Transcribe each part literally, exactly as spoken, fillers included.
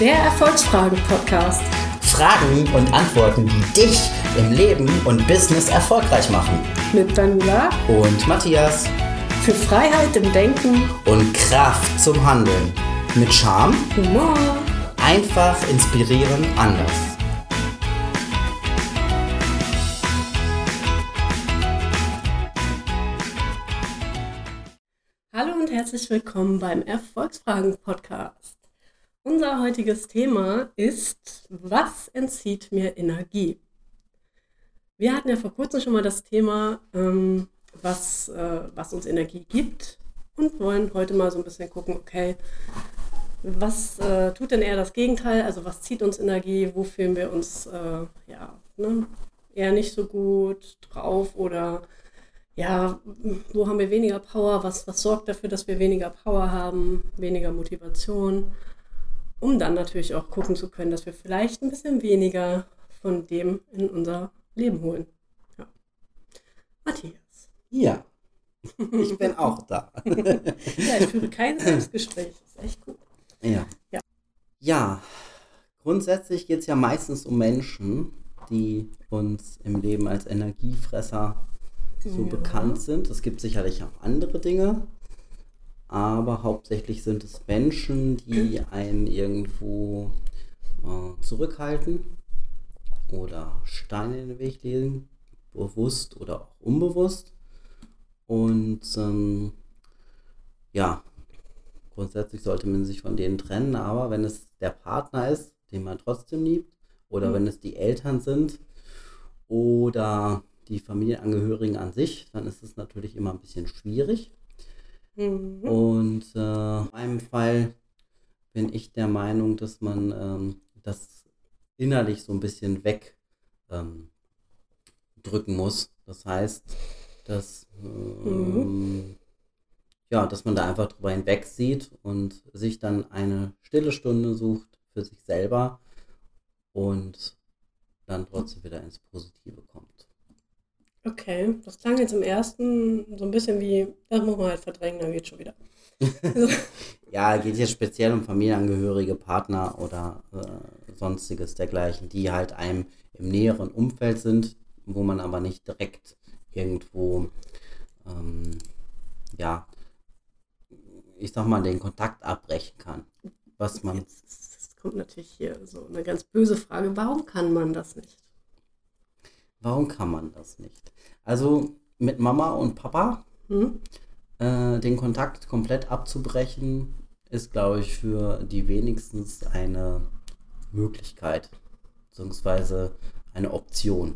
Der Erfolgsfragen-Podcast. Fragen und Antworten, die dich im Leben und Business erfolgreich machen. Mit Daniela Und Matthias. Für Freiheit im Denken Und Kraft zum Handeln. Mit Charme, Humor. einfach inspirieren, anders. Hallo und herzlich willkommen beim Erfolgsfragen-Podcast. Unser heutiges Thema ist, was entzieht mir Energie? Wir hatten ja vor kurzem schon mal das Thema, ähm, was, äh, was uns Energie gibt und wollen heute mal so ein bisschen gucken, okay, was äh, tut denn eher das Gegenteil? Also was zieht uns Energie? Wo fühlen wir uns äh, ja, ne, eher nicht so gut drauf oder ja, wo haben wir weniger Power? Was, was sorgt dafür, dass wir weniger Power haben, weniger Motivation? Um dann natürlich auch gucken zu können, dass wir vielleicht ein bisschen weniger von dem in unser Leben holen. Ja. Matthias. Ja, ich bin auch da. Ja, ich führe kein Selbstgespräch. Das ist echt gut. Ja. Ja. Ja, grundsätzlich geht es ja meistens um Menschen, die uns im Leben als Energiefresser so Ja. bekannt sind. Es gibt sicherlich auch andere Dinge, aber hauptsächlich sind es Menschen, die einen irgendwo äh, zurückhalten oder Steine in den Weg legen, bewusst oder auch unbewusst. Und ähm, ja, grundsätzlich sollte man sich von denen trennen, aber wenn es der Partner ist, den man trotzdem liebt, oder Mhm. wenn es die Eltern sind oder die Familienangehörigen an sich, dann ist es natürlich immer ein bisschen schwierig. Mhm. Und äh, in meinem Fall bin ich der Meinung, dass man ähm, das innerlich so ein bisschen weg ähm, drücken muss. Das heißt, dass, ähm, ja, dass man da einfach drüber hinweg sieht und sich dann eine stille Stunde sucht für sich selber und dann trotzdem wieder ins Positive kommt. Okay, das klang jetzt im ersten so ein bisschen wie, das muss man halt verdrängen, dann geht's schon wieder. Ja, geht jetzt speziell um Familienangehörige, Partner oder äh, sonstiges dergleichen, die halt einem im näheren Umfeld sind, wo man aber nicht direkt irgendwo, ähm, ja, ich sag mal, den Kontakt abbrechen kann. Was man, Jetzt jetzt kommt natürlich hier so eine ganz böse Frage, warum kann man das nicht? warum kann man das nicht? Also mit Mama und Papa Hm? äh, den Kontakt komplett abzubrechen, ist, glaube ich, für die wenigstens eine Möglichkeit, beziehungsweise eine Option.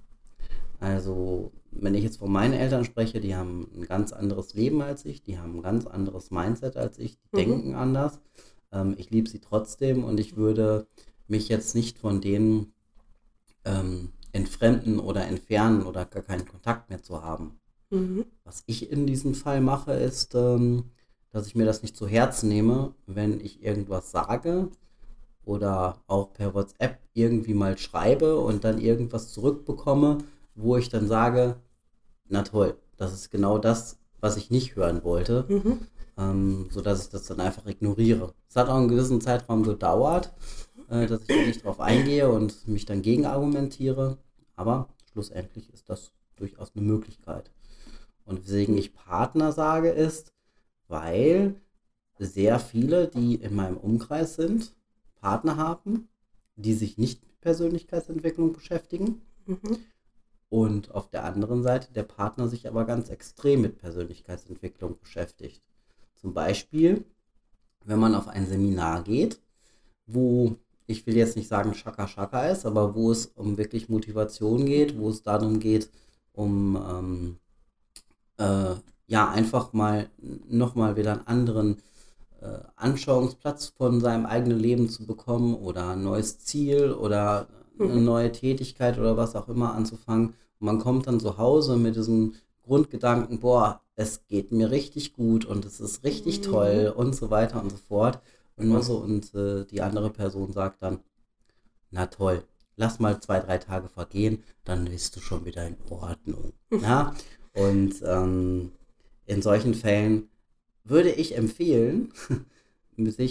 Also, wenn ich jetzt von meinen Eltern spreche, die haben ein ganz anderes Leben als ich, die haben ein ganz anderes Mindset als ich, die Mhm. denken anders. Ähm, ich liebe sie trotzdem und ich würde mich jetzt nicht von denen ähm, entfremden oder entfernen oder gar keinen Kontakt mehr zu haben. Mhm. Was ich in diesem Fall mache, ist, ähm, dass ich mir das nicht zu Herzen nehme, wenn ich irgendwas sage oder auch per WhatsApp irgendwie mal schreibe und dann irgendwas zurückbekomme, wo ich dann sage, na toll, das ist genau das, was ich nicht hören wollte, Mhm. ähm, sodass ich das dann einfach ignoriere. Es hat auch einen gewissen Zeitraum gedauert, äh, dass ich da nicht drauf eingehe und mich dann gegen argumentiere, aber schlussendlich ist das durchaus eine Möglichkeit. Und weswegen ich Partner sage, ist, weil sehr viele, die in meinem Umkreis sind, Partner haben, die sich nicht mit Persönlichkeitsentwicklung beschäftigen. Mhm. Und auf der anderen Seite der Partner sich aber ganz extrem mit Persönlichkeitsentwicklung beschäftigt. Zum Beispiel, wenn man auf ein Seminar geht, wo, ich will jetzt nicht sagen Schaka Schaka ist, aber wo es um wirklich Motivation geht, wo es darum geht, um ähm, äh, ja einfach mal nochmal wieder einen anderen äh, Anschauungsplatz von seinem eigenen Leben zu bekommen oder ein neues Ziel oder eine Mhm. neue Tätigkeit oder was auch immer anzufangen. Und man kommt dann zu Hause mit diesem Grundgedanken, boah, es geht mir richtig gut und es ist richtig Mhm. toll und so weiter und so fort. Und nur so, und äh, die andere Person sagt dann, na toll, lass mal zwei, drei Tage vergehen, dann bist du schon wieder in Ordnung. Ja? Und ähm, in solchen Fällen würde ich empfehlen, sich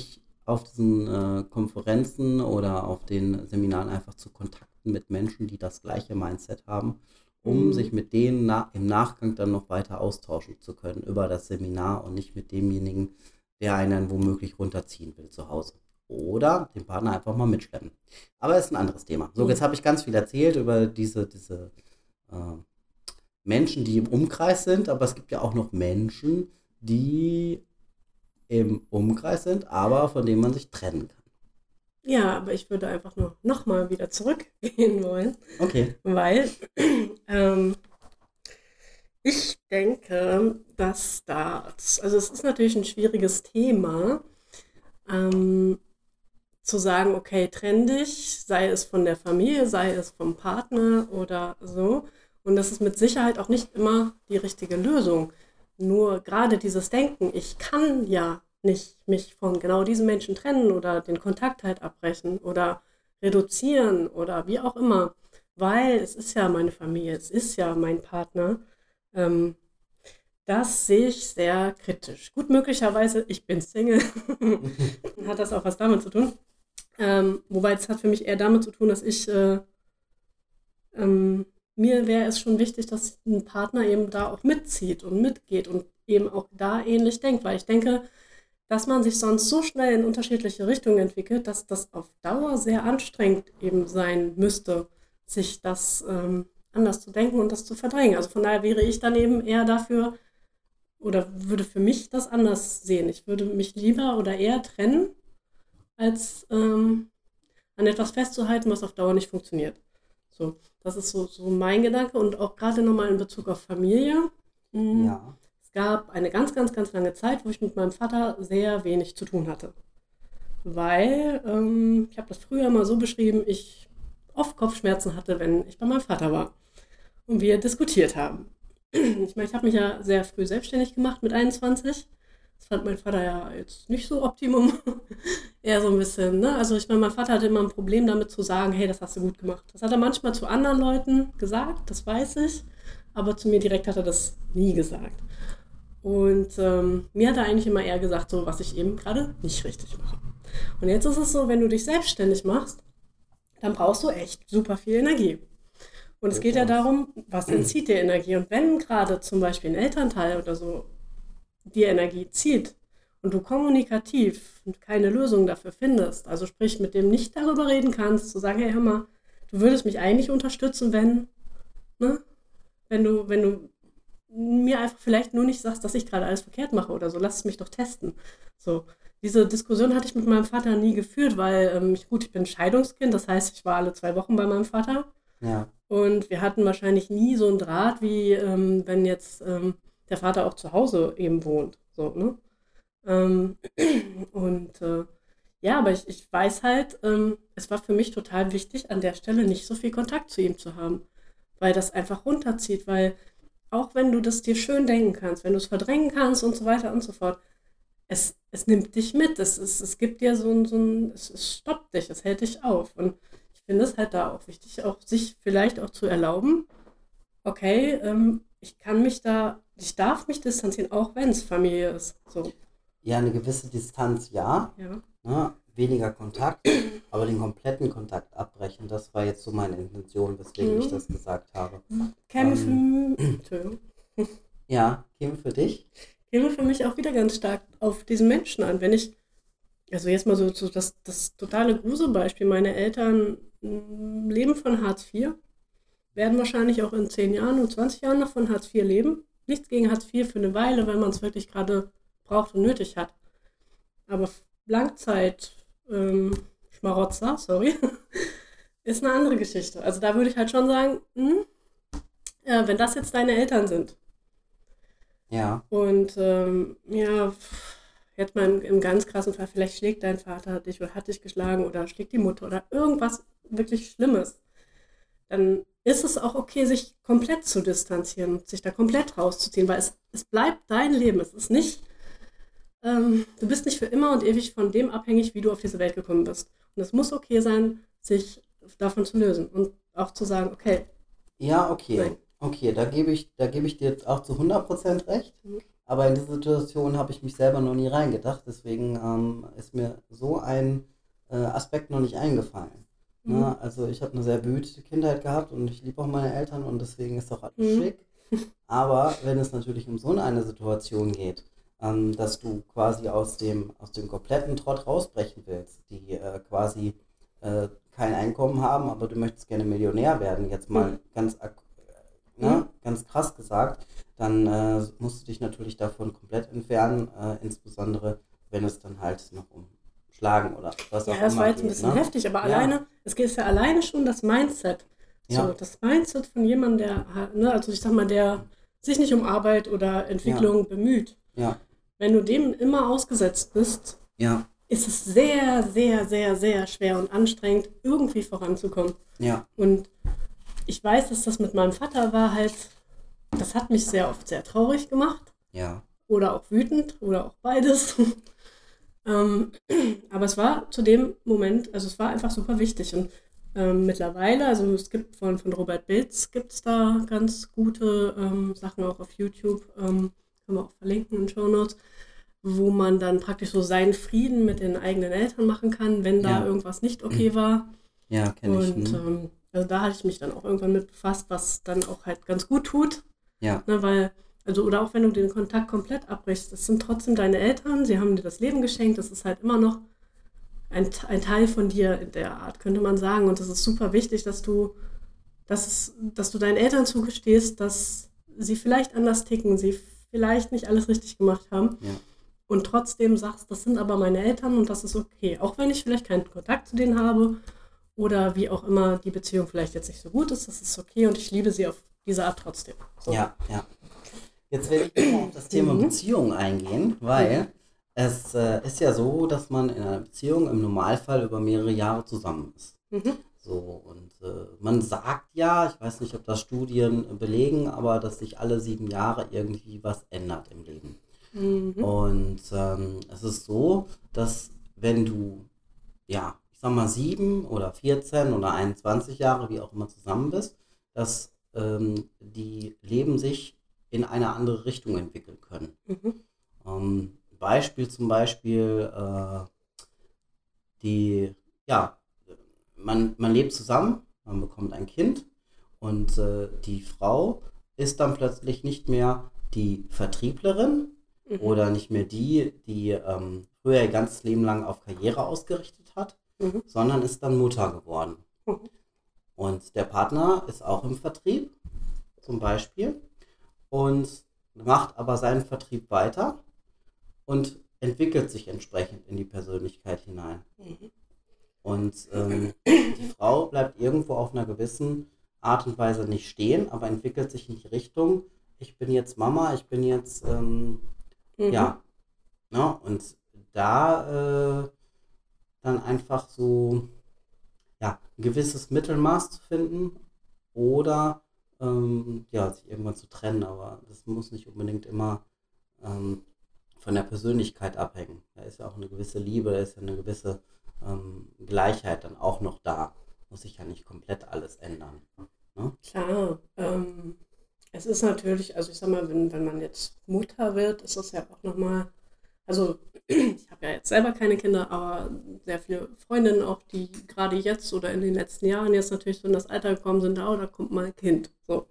auf diesen äh, Konferenzen oder auf den Seminaren einfach zu Kontakten mit Menschen, die das gleiche Mindset haben, um Mhm. sich mit denen na im Nachgang dann noch weiter austauschen zu können über das Seminar und nicht mit demjenigen, der einen womöglich runterziehen will zu Hause. Oder den Partner einfach mal mitschleppen. Aber ist ein anderes Thema. So, jetzt Mhm. habe ich ganz viel erzählt über diese, diese äh, Menschen, die im Umkreis sind, aber es gibt ja auch noch Menschen, die im Umkreis sind, aber von denen man sich trennen kann. Ja, aber ich würde einfach nur nochmal wieder zurückgehen wollen, Okay. weil ähm, ich denke, dass das, also es ist natürlich ein schwieriges Thema, ähm, zu sagen, okay, trenn dich, sei es von der Familie, sei es vom Partner oder so. Und das ist mit Sicherheit auch nicht immer die richtige Lösung. Nur gerade dieses Denken, ich kann ja nicht mich von genau diesen Menschen trennen oder den Kontakt halt abbrechen oder reduzieren oder wie auch immer, weil es ist ja meine Familie, es ist ja mein Partner. Ähm, Das sehe ich sehr kritisch. Gut, möglicherweise, ich bin Single, hat das auch was damit zu tun. Ähm, wobei es hat für mich eher damit zu tun, dass ich, äh, ähm, mir wäre es schon wichtig, dass ein Partner eben da auch mitzieht und mitgeht und eben auch da ähnlich denkt, weil ich denke, dass man sich sonst so schnell in unterschiedliche Richtungen entwickelt, dass das auf Dauer sehr anstrengend eben sein müsste, sich das ähm, anders zu denken und das zu verdrängen. Also von daher wäre ich dann eben eher dafür oder würde für mich das anders sehen. Ich würde mich lieber oder eher trennen, als ähm, an etwas festzuhalten, was auf Dauer nicht funktioniert. So, das ist so, so mein Gedanke und auch gerade nochmal in Bezug auf Familie. Mm, Ja. Es gab eine ganz, ganz, ganz lange Zeit, wo ich mit meinem Vater sehr wenig zu tun hatte. Weil, ähm, ich habe das früher mal so beschrieben, ich oft Kopfschmerzen hatte, wenn ich bei meinem Vater war und wir diskutiert haben. Ich meine, ich habe mich ja sehr früh selbstständig gemacht mit einundzwanzig. Das fand mein Vater ja jetzt nicht so Optimum. Eher so ein bisschen, ne? Also ich meine, mein Vater hatte immer ein Problem damit zu sagen, hey, das hast du gut gemacht. Das hat er manchmal zu anderen Leuten gesagt, das weiß ich. Aber zu mir direkt hat er das nie gesagt. Und ähm, mir hat er eigentlich immer eher gesagt, so was ich eben gerade nicht richtig mache. Und jetzt ist es so, wenn du dich selbstständig machst, dann brauchst du echt super viel Energie. Und es geht ja Durchaus. darum, was entzieht dir Energie? Und wenn gerade zum Beispiel ein Elternteil oder so dir Energie zieht und du kommunikativ keine Lösung dafür findest, also sprich mit dem nicht darüber reden kannst, zu sagen, hey, hör mal, du würdest mich eigentlich unterstützen, wenn, ne, wenn du, wenn du mir einfach vielleicht nur nicht sagst, dass ich gerade alles verkehrt mache oder so, lass es mich doch testen. So, diese Diskussion hatte ich mit meinem Vater nie geführt, weil, ähm, ich, gut, ich bin Scheidungskind, das heißt, ich war alle zwei Wochen bei meinem Vater. Ja. Und wir hatten wahrscheinlich nie so einen Draht, wie ähm, wenn jetzt ähm, der Vater auch zu Hause eben wohnt. So, ne? Ähm, und äh, ja, aber ich, ich weiß halt, ähm, es war für mich total wichtig, an der Stelle nicht so viel Kontakt zu ihm zu haben, weil das einfach runterzieht, weil auch wenn du das dir schön denken kannst, wenn du es verdrängen kannst und so weiter und so fort, es, es nimmt dich mit, es, es, es gibt dir so ein, so ein es, es stoppt dich, es hält dich auf. Und ich finde es halt da auch wichtig, auch sich vielleicht auch zu erlauben, okay, ähm, ich kann mich da, ich darf mich distanzieren, auch wenn es Familie ist. So, Ja, eine gewisse Distanz, ja. ja. Ne? Weniger Kontakt, aber den kompletten Kontakt abbrechen, das war jetzt so meine Intention, weswegen ich Mhm. das gesagt habe. Käme für, Ähm, Entschuldigung, ja, käme für dich? käme für mich auch wieder ganz stark auf diesen Menschen an. Wenn ich, also jetzt mal so, so das, das totale Gruselbeispiel, meine Eltern mm, leben von Hartz vier, werden wahrscheinlich auch in zehn Jahren und zwanzig Jahren noch von Hartz vier leben. Nichts gegen Hartz vier für eine Weile, wenn man es wirklich gerade braucht und nötig hat. Aber Langzeit, ähm, Schmarotzer, sorry, ist eine andere Geschichte. Also da würde ich halt schon sagen, hm, äh, wenn das jetzt deine Eltern sind Ja, und ähm, ja, pff, jetzt mal im, im ganz krassen Fall, vielleicht schlägt dein Vater dich oder hat dich geschlagen oder schlägt die Mutter oder irgendwas wirklich Schlimmes, dann ist es auch okay, sich komplett zu distanzieren, sich da komplett rauszuziehen, weil es, es bleibt dein Leben. Es ist nicht, ähm, du bist nicht für immer und ewig von dem abhängig, wie du auf diese Welt gekommen bist. Und es muss okay sein, sich davon zu lösen und auch zu sagen, okay, ja, okay. nein. Okay, da gebe ich, da gebe ich dir auch zu hundert Prozent recht. Mhm. aber in diese Situation habe ich mich selber noch nie reingedacht. Deswegen ähm, ist mir so ein äh, Aspekt noch nicht eingefallen. Mhm. Ne? Also ich habe eine sehr behütete Kindheit gehabt und ich liebe auch meine Eltern und deswegen ist doch alles Mhm. schick. Aber wenn es natürlich um so eine Situation geht, ähm, dass du quasi aus dem, aus dem kompletten Trott rausbrechen willst, die äh, quasi äh, kein Einkommen haben, aber du möchtest gerne Millionär werden, jetzt mal Mhm. ganz, ak- Mhm. ne, ganz krass gesagt, dann äh, musst du dich natürlich davon komplett entfernen, äh, insbesondere wenn es dann halt noch um Schlagen oder was Ja, auch das war immer jetzt ein geht, bisschen ne? heftig, aber Ja, alleine, es geht ja alleine schon das Mindset. So, ja, das Mindset von jemandem, der, halt, ne, also ich sag mal, der sich nicht um Arbeit oder ja, Entwicklung bemüht. ja, Wenn du dem immer ausgesetzt bist, ja, ist es sehr, sehr, sehr, sehr schwer und anstrengend, irgendwie voranzukommen. ja, Und ich weiß, dass das mit meinem Vater war halt, das hat mich sehr oft sehr traurig gemacht ja, oder auch wütend oder auch beides. ähm, aber es war zu dem Moment, also es war einfach super wichtig. Und ähm, mittlerweile, also es gibt von, von Robert Bilz, gibt es da ganz gute ähm, Sachen auch auf YouTube, ähm, können wir auch verlinken in den Shownotes, wo man dann praktisch so seinen Frieden mit den eigenen Eltern machen kann, wenn da ja, irgendwas nicht okay war. ja, kenne ich. Und Hm? ähm, also da hatte ich mich dann auch irgendwann mit befasst, was dann auch halt ganz gut tut. Ja, Ne, weil, also, oder auch wenn du den Kontakt komplett abbrichst, das sind trotzdem deine Eltern, sie haben dir das Leben geschenkt, das ist halt immer noch ein, ein Teil von dir in der Art, könnte man sagen. Und das ist super wichtig, dass du, dass, es, dass du deinen Eltern zugestehst, dass sie vielleicht anders ticken, sie vielleicht nicht alles richtig gemacht haben. ja, Und trotzdem sagst, das sind aber meine Eltern und das ist okay. Auch wenn ich vielleicht keinen Kontakt zu denen habe oder wie auch immer die Beziehung vielleicht jetzt nicht so gut ist, das ist okay und ich liebe sie auf diese Art trotzdem. So. ja, ja. Jetzt will ich mal auf das Thema Mhm. Beziehung eingehen, weil es äh, ist ja so, dass man in einer Beziehung im Normalfall über mehrere Jahre zusammen ist. Mhm. So, und äh, man sagt ja, ich weiß nicht, ob das Studien belegen, aber dass sich alle sieben Jahre irgendwie was ändert im Leben. Mhm. Und ähm, es ist so, dass wenn du, ja, ich sag mal sieben oder vierzehn oder einundzwanzig Jahre, wie auch immer zusammen bist, dass ähm, die Leben sich in eine andere Richtung entwickeln können. Mhm. Ähm, Beispiel zum Beispiel, äh, die, ja, man, man lebt zusammen, man bekommt ein Kind und äh, die Frau ist dann plötzlich nicht mehr die Vertrieblerin Mhm. oder nicht mehr die, die ähm, früher ihr ganzes Leben lang auf Karriere ausgerichtet hat, Mhm. sondern ist dann Mutter geworden. Mhm. Und der Partner ist auch im Vertrieb, zum Beispiel, und macht aber seinen Vertrieb weiter und entwickelt sich entsprechend in die Persönlichkeit hinein. Mhm. Und ähm, die Frau bleibt irgendwo auf einer gewissen Art und Weise nicht stehen, aber entwickelt sich in die Richtung, ich bin jetzt Mama, ich bin jetzt, ähm, Mhm. ja, ne? Und da äh, dann einfach so, ja, ein gewisses Mittelmaß zu finden oder ähm, ja, sich irgendwann zu trennen, aber das muss nicht unbedingt immer ähm, von der Persönlichkeit abhängen. Da ist ja auch eine gewisse Liebe, da ist ja eine gewisse ähm, Gleichheit dann auch noch da. Muss sich ja nicht komplett alles ändern. Ne? Klar, ähm, es ist natürlich, also ich sag mal, wenn, wenn man jetzt Mutter wird, ist das ja auch nochmal, also ich habe ja jetzt selber keine Kinder, aber sehr viele Freundinnen auch, die gerade jetzt oder in den letzten Jahren jetzt natürlich so in das Alter gekommen sind, oh, da kommt mal ein Kind. So.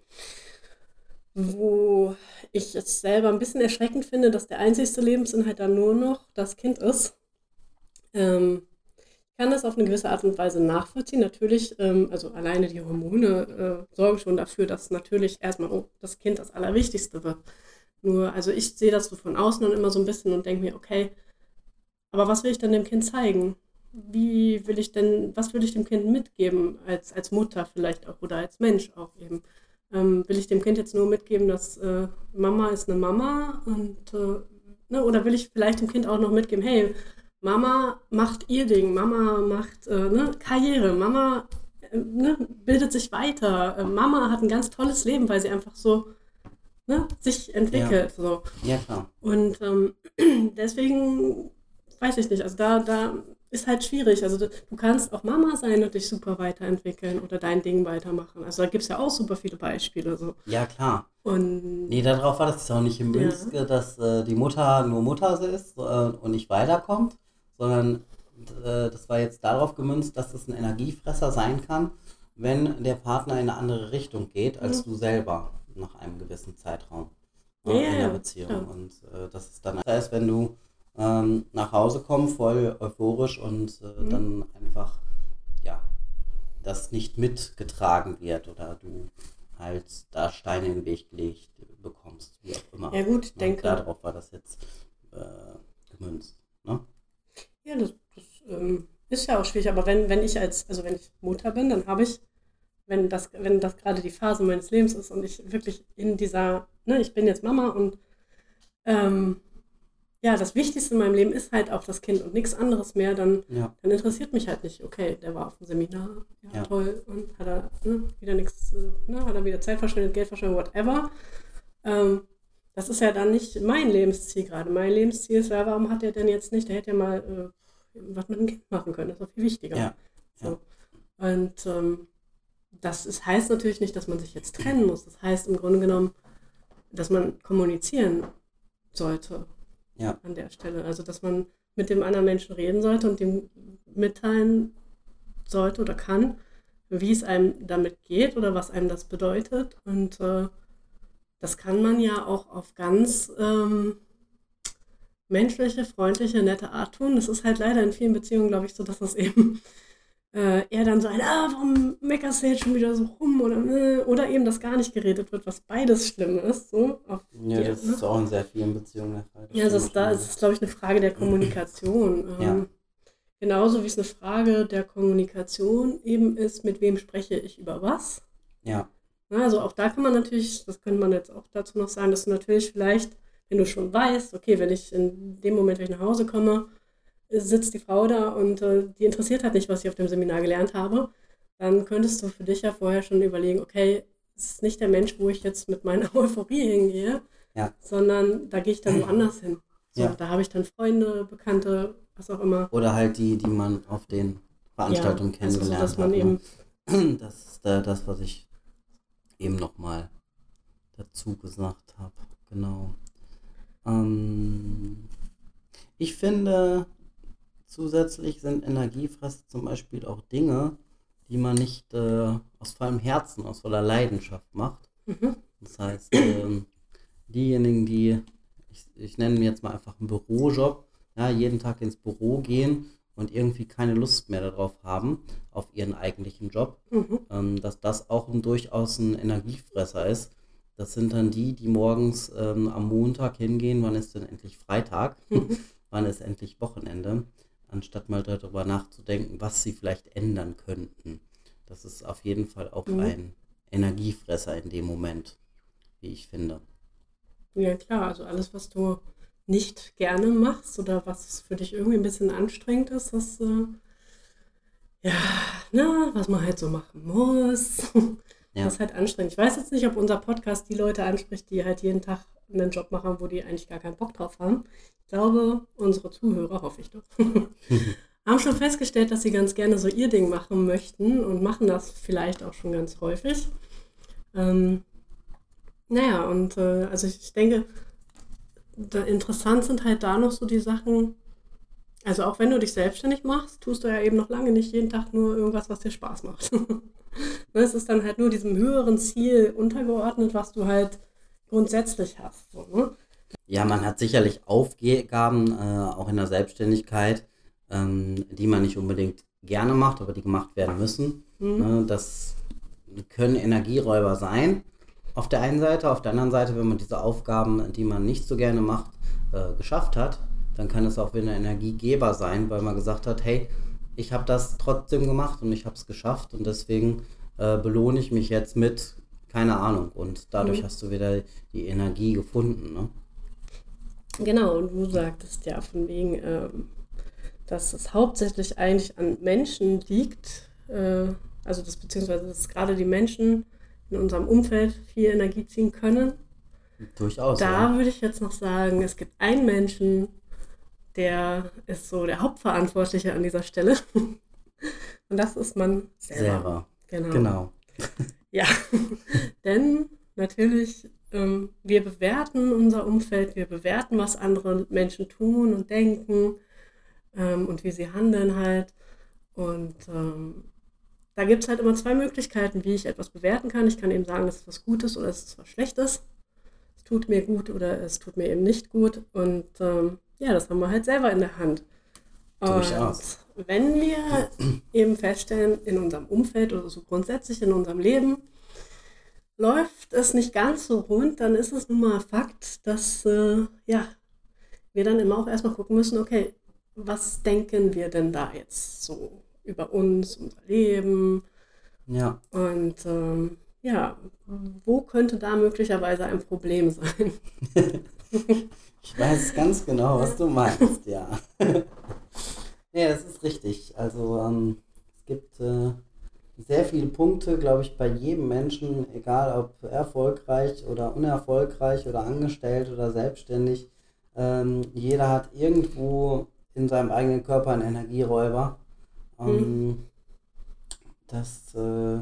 Wo ich es selber ein bisschen erschreckend finde, dass der einzigste Lebensinhalt dann nur noch das Kind ist. Ähm, ich kann das auf eine gewisse Art und Weise nachvollziehen. Natürlich, ähm, also alleine die Hormone äh, sorgen schon dafür, dass natürlich erstmal oh, das Kind das Allerwichtigste wird. Nur, also ich sehe das so von außen dann immer so ein bisschen und denke mir, okay, aber was will ich dann dem Kind zeigen? Wie will ich denn, was will ich dem Kind mitgeben, als, als Mutter vielleicht auch oder als Mensch auch eben? Ähm, will ich dem Kind jetzt nur mitgeben, dass äh, Mama ist eine Mama und äh, ne, oder will ich vielleicht dem Kind auch noch mitgeben, hey, Mama macht ihr Ding, Mama macht äh, ne, Karriere, Mama äh, ne, bildet sich weiter, äh, Mama hat ein ganz tolles Leben, weil sie einfach so ne, sich entwickelt. So. Ja, klar. Und ähm, deswegen weiß ich nicht, also da, da ist halt schwierig. Also du, du kannst auch Mama sein und dich super weiterentwickeln oder dein Ding weitermachen. Also da gibt es ja auch super viele Beispiele. So. Ja, klar. Und Nee, darauf war das auch nicht gemünzt, ja, dass äh, die Mutter nur Mutter ist äh, und nicht weiterkommt, sondern äh, das war jetzt darauf gemünzt, dass es ein Energiefresser sein kann, wenn der Partner in eine andere Richtung geht als mhm. du selber nach einem gewissen Zeitraum Ja, äh, ja, in der ja, Beziehung. klar. Und äh, das ist dann, das heißt, wenn du ähm, nach Hause kommst, voll euphorisch und äh, Mhm. dann einfach, ja, das nicht mitgetragen wird oder du halt da Steine in den Weg gelegt bekommst, wie auch immer. Ja gut, ich Ne? denke, Darauf war das jetzt äh, gemünzt. Ne? ja, das, das ähm, ist ja auch schwierig, aber wenn, wenn ich als, also wenn ich Mutter bin, dann habe ich, wenn das, wenn das gerade die Phase meines Lebens ist und ich wirklich in dieser, ne, ich bin jetzt Mama und ähm, ja, das Wichtigste in meinem Leben ist halt auch das Kind und nichts anderes mehr, dann, Ja, dann interessiert mich halt nicht, okay, der war auf dem Seminar, ja ja, toll, und hat er ne, wieder nichts, äh, ne, hat er wieder Zeit verschwendet, Geld verschwendet, whatever. Ähm, das ist ja dann nicht mein Lebensziel gerade. Mein Lebensziel ist ja, warum hat er denn jetzt nicht, der hätte ja mal äh, was mit dem Kind machen können, das ist doch viel wichtiger. ja, ja, So. Und ähm, das ist, heißt natürlich nicht, dass man sich jetzt trennen muss. Das heißt im Grunde genommen, dass man kommunizieren sollte ja, an der Stelle. Also, dass man mit dem anderen Menschen reden sollte und dem mitteilen sollte oder kann, wie es einem damit geht oder was einem das bedeutet. Und äh, das kann man ja auch auf ganz ähm, menschliche, freundliche, nette Art tun. Das ist halt leider in vielen Beziehungen, glaube ich, so, dass das eben äh, eher dann so ein, ah, warum meckerst du jetzt schon wieder so rum? Oder, äh, oder eben, dass gar nicht geredet wird, was beides schlimm ist. So, auf ja, die, das ne? ist auch in sehr vielen Beziehungen der Fall. Das Ja, das stimmt ist, da schon. ist es, glaube ich, eine Frage der Kommunikation. Ja, Ähm, genauso wie es eine Frage der Kommunikation eben ist, mit wem spreche ich über was. ja, Na, also auch da kann man natürlich, das könnte man jetzt auch dazu noch sagen, dass du natürlich vielleicht, wenn du schon weißt, okay, wenn ich in dem Moment, wenn ich nach Hause komme, äh, sitzt die Frau da und äh, die interessiert halt nicht, was ich auf dem Seminar gelernt habe, dann könntest du für dich ja vorher schon überlegen, okay, es ist nicht der Mensch, wo ich jetzt mit meiner Euphorie hingehe, ja, sondern da gehe ich dann woanders hin. So, ja. da habe ich dann Freunde, Bekannte, was auch immer. Oder halt die, die man auf den Ja, Veranstaltungen also so, dass kennengelernt man hat. eben, Ne? Das ist äh, das, was ich eben nochmal dazu gesagt habe. Genau. Ähm, ich finde, zusätzlich sind Energiefresser zum Beispiel auch Dinge, die man nicht äh, aus vollem Herzen, aus voller Leidenschaft macht. mhm, Das heißt, ähm, diejenigen, die, ich, ich nenne mir jetzt mal einfach einen Bürojob, ja, jeden Tag ins Büro gehen und irgendwie keine Lust mehr darauf haben, auf ihren eigentlichen Job, mhm, ähm, dass das auch ein, durchaus ein Energiefresser ist. Das sind dann die, die morgens ähm, am Montag hingehen, wann ist denn endlich Freitag, mhm. wann ist endlich Wochenende, anstatt mal darüber nachzudenken, was sie vielleicht ändern könnten. Das ist auf jeden Fall auch Mhm. ein Energiefresser in dem Moment, wie ich finde. Ja klar, also alles, was du nicht gerne machst oder was für dich irgendwie ein bisschen anstrengend ist, das, äh, ja, ne, was man halt so machen muss. Das Ja, ist halt anstrengend. Ich weiß jetzt nicht, ob unser Podcast die Leute anspricht, die halt jeden Tag einen Job machen, wo die eigentlich gar keinen Bock drauf haben. Ich glaube, unsere Zuhörer, hoffe ich doch, haben schon festgestellt, dass sie ganz gerne so ihr Ding machen möchten und machen das vielleicht auch schon ganz häufig. Ähm, naja, und äh, also ich denke, da interessant sind halt da noch so die Sachen, also auch wenn du dich selbstständig machst, tust du ja eben noch lange nicht jeden Tag nur irgendwas, was dir Spaß macht. Ne, es ist dann halt nur diesem höheren Ziel untergeordnet, was du halt grundsätzlich hast. So, ne? ja, man hat sicherlich Aufgaben, äh, auch in der Selbstständigkeit, ähm, die man nicht unbedingt gerne macht, aber die gemacht werden müssen. Hm? Ne? Das können Energieräuber sein, auf der einen Seite. Auf der anderen Seite, wenn man diese Aufgaben, die man nicht so gerne macht, äh, geschafft hat, dann kann es auch wieder ein Energiegeber sein, weil man gesagt hat, hey, ich habe das trotzdem gemacht und ich habe es geschafft und deswegen äh, belohne ich mich jetzt mit, keine Ahnung, und dadurch Hm. hast du wieder die Energie gefunden. Ne? Genau, und du sagtest ja von wegen, ähm, dass es hauptsächlich eigentlich an Menschen liegt, äh, also das beziehungsweise dass gerade die Menschen in unserem Umfeld viel Energie ziehen können. Durchaus, Da ja. würde ich jetzt noch sagen, es gibt einen Menschen, der ist so der Hauptverantwortliche an dieser Stelle. Und das ist man selber. Selber. Genau. Genau. Ja, denn natürlich, ähm, wir bewerten unser Umfeld, wir bewerten, was andere Menschen tun und denken ähm, und wie sie handeln halt. Und ähm, da gibt es halt immer zwei Möglichkeiten, wie ich etwas bewerten kann. Ich kann eben sagen, es ist was Gutes oder es ist was Schlechtes. Es tut mir gut oder es tut mir eben nicht gut. Und ähm, ja, das haben wir halt selber in der Hand. Durchaus. Und wenn wir eben feststellen, in unserem Umfeld oder so grundsätzlich in unserem Leben läuft es nicht ganz so rund, dann ist es nun mal Fakt, dass äh, ja, wir dann immer auch erstmal gucken müssen, okay, was denken wir denn da jetzt so über uns, unser Leben Ja. und ähm, ja, wo könnte da möglicherweise ein Problem sein? Ich weiß ganz genau, was du meinst, ja. Ja, das ist richtig. Also ähm, es gibt äh, sehr viele Punkte, glaube ich, bei jedem Menschen, egal ob erfolgreich oder unerfolgreich oder angestellt oder selbstständig. Ähm, jeder hat irgendwo in seinem eigenen Körper einen Energieräuber. Ähm, Mhm. das äh,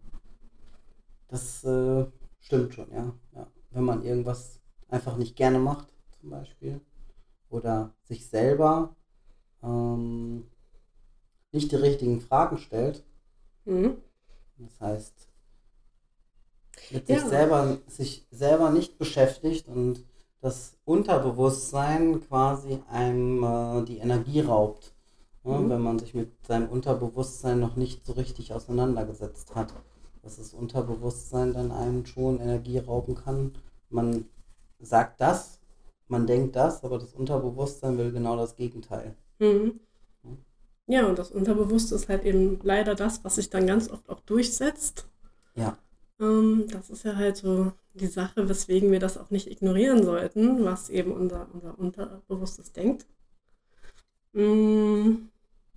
das äh, stimmt schon, ja. Ja. Wenn man irgendwas einfach nicht gerne macht, zum Beispiel, oder sich selber ähm, nicht die richtigen Fragen stellt. Mhm. Das heißt, mit sich Ja. selber, sich selber nicht beschäftigt und das Unterbewusstsein quasi einem äh, die Energie raubt, ne, Mhm. wenn man sich mit seinem Unterbewusstsein noch nicht so richtig auseinandergesetzt hat. Dass das Unterbewusstsein dann einem schon Energie rauben kann. Man sagt das, man denkt das, aber das Unterbewusstsein will genau das Gegenteil. Mhm. Ja, und das Unterbewusste ist halt eben leider das, was sich dann ganz oft auch durchsetzt. Ja, Ähm, das ist ja halt so die Sache, weswegen wir das auch nicht ignorieren sollten, was eben unser, unser Unterbewusstes denkt. Mm,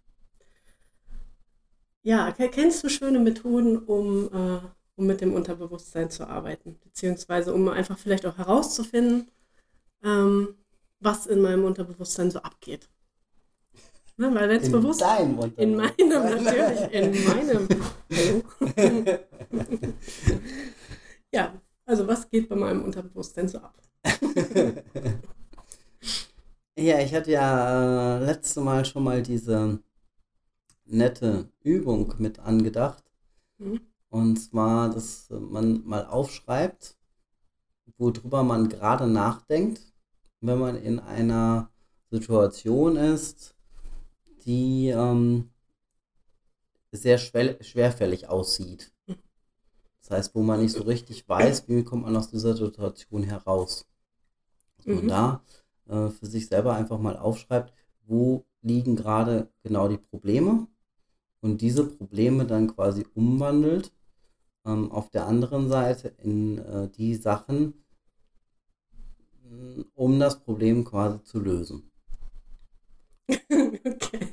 ja, ke- kennst du schöne Methoden, um, äh, um mit dem Unterbewusstsein zu arbeiten? Beziehungsweise um einfach vielleicht auch herauszufinden, ähm, was in meinem Unterbewusstsein so abgeht. Ne? Weil wenn es in bewusst, deinem in meinem Unterbewusstsein. natürlich, in meinem, hallo. Ja, also was geht bei meinem Unterbewusstsein so ab? Ja, ich hatte ja äh, letztes Mal schon mal diese nette Übung mit angedacht. Mhm. Und zwar, dass man mal aufschreibt, worüber man gerade nachdenkt, wenn man in einer Situation ist, die ähm, sehr schwer, schwerfällig aussieht. Das heißt, wo man nicht so richtig weiß, wie kommt man aus dieser Situation heraus. Dass man Mhm. da äh, für sich selber einfach mal aufschreibt, wo liegen gerade genau die Probleme und diese Probleme dann quasi umwandelt ähm, auf der anderen Seite in äh, die Sachen, mh, um das Problem quasi zu lösen. Okay.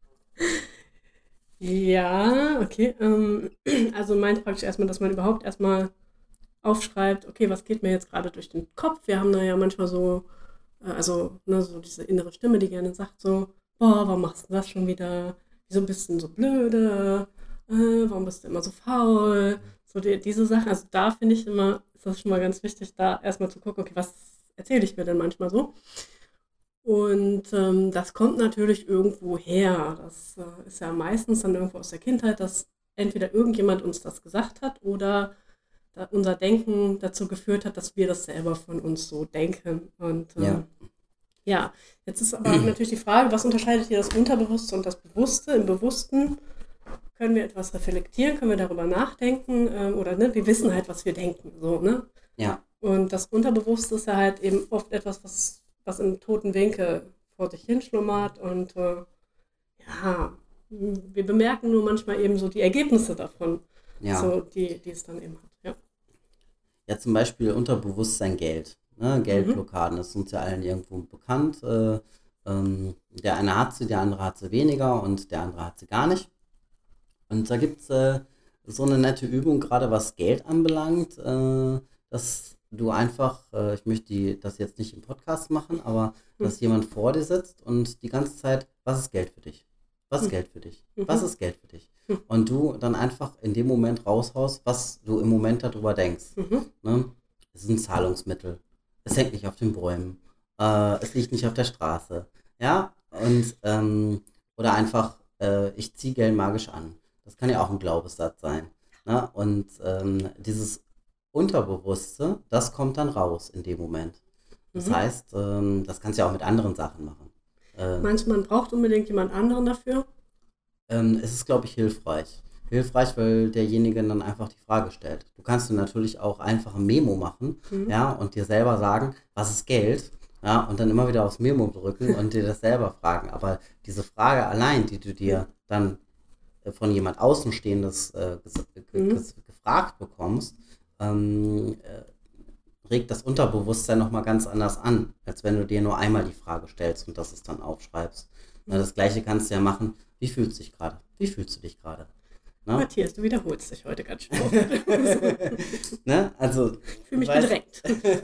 Ja, okay. Ähm, also meint praktisch erstmal, dass man überhaupt erstmal aufschreibt, okay, was geht mir jetzt gerade durch den Kopf? Wir haben da ja manchmal so, äh, also ne, so diese innere Stimme, die gerne sagt so, boah, warum machst du das schon wieder? Wieso bist du denn so blöde? Äh, warum bist du immer so faul? So die, diese Sachen, also da finde ich immer, ist das schon mal ganz wichtig, da erstmal zu gucken, okay, was erzähle ich mir denn manchmal so? Und ähm, das kommt natürlich irgendwo her. Das äh, ist ja meistens dann irgendwo aus der Kindheit, dass entweder irgendjemand uns das gesagt hat oder da unser Denken dazu geführt hat, dass wir das selber von uns so denken. Und Ja, ähm, ja, jetzt ist aber natürlich die Frage, was unterscheidet hier das Unterbewusste und das Bewusste? Im Bewussten können wir etwas reflektieren, können wir darüber nachdenken ähm, oder ne, wir wissen halt, was wir denken. So, ne? ja, Und das Unterbewusste ist ja halt eben oft etwas, was, was im toten Winkel vor sich hinschlummert. Und äh, ja, wir bemerken nur manchmal eben so die Ergebnisse davon, ja. so die, die es dann eben hat. Ja. Ja, zum Beispiel Unterbewusstsein Geld. Ne? Mhm. Geldblockaden ist uns ja allen irgendwo bekannt. Äh, ähm, der eine hat sie, der andere hat sie weniger und der andere hat sie gar nicht. Und da gibt es äh, so eine nette Übung, gerade was Geld anbelangt, äh, dass du einfach, äh, ich möchte die, das jetzt nicht im Podcast machen, aber dass jemand vor dir sitzt und die ganze Zeit, was ist Geld für dich? Was ist Mhm. Geld für dich? Mhm. Was ist Geld für dich? Mhm. Und du dann einfach in dem Moment raushaust, was du im Moment darüber denkst. Mhm. Ne? Es ist ein Zahlungsmittel. Es hängt nicht auf den Bäumen. Äh, es liegt nicht auf der Straße. Ja, und ähm, oder einfach, äh, ich ziehe Geld magisch an. Das kann ja auch ein Glaubenssatz sein. Ne? Und ähm, dieses Unterbewusste, das kommt dann raus in dem Moment. Das Mhm. heißt, ähm, das kannst du ja auch mit anderen Sachen machen. Ähm, Meinst du, man braucht unbedingt jemand anderen dafür? ähm, es ist, glaube ich, hilfreich. Hilfreich, weil derjenige dann einfach die Frage stellt. Du kannst dir natürlich auch einfach ein Memo machen, Mhm. ja, und dir selber sagen, was ist Geld? Ja, und dann immer wieder aufs Memo drücken und dir das selber fragen. Aber diese Frage allein, die du dir dann äh, von jemand Außenstehendes äh, ges ge Mhm. ges gefragt bekommst, ähm, äh, regt das Unterbewusstsein nochmal ganz anders an, als wenn du dir nur einmal die Frage stellst und das es dann aufschreibst. Na, das gleiche kannst du ja machen, wie fühlst du dich gerade? Wie fühlst du dich gerade? Ne? Matthias, du wiederholst dich heute ganz schön oft. Ne? Also, Ich fühle mich weißt- bedrängt.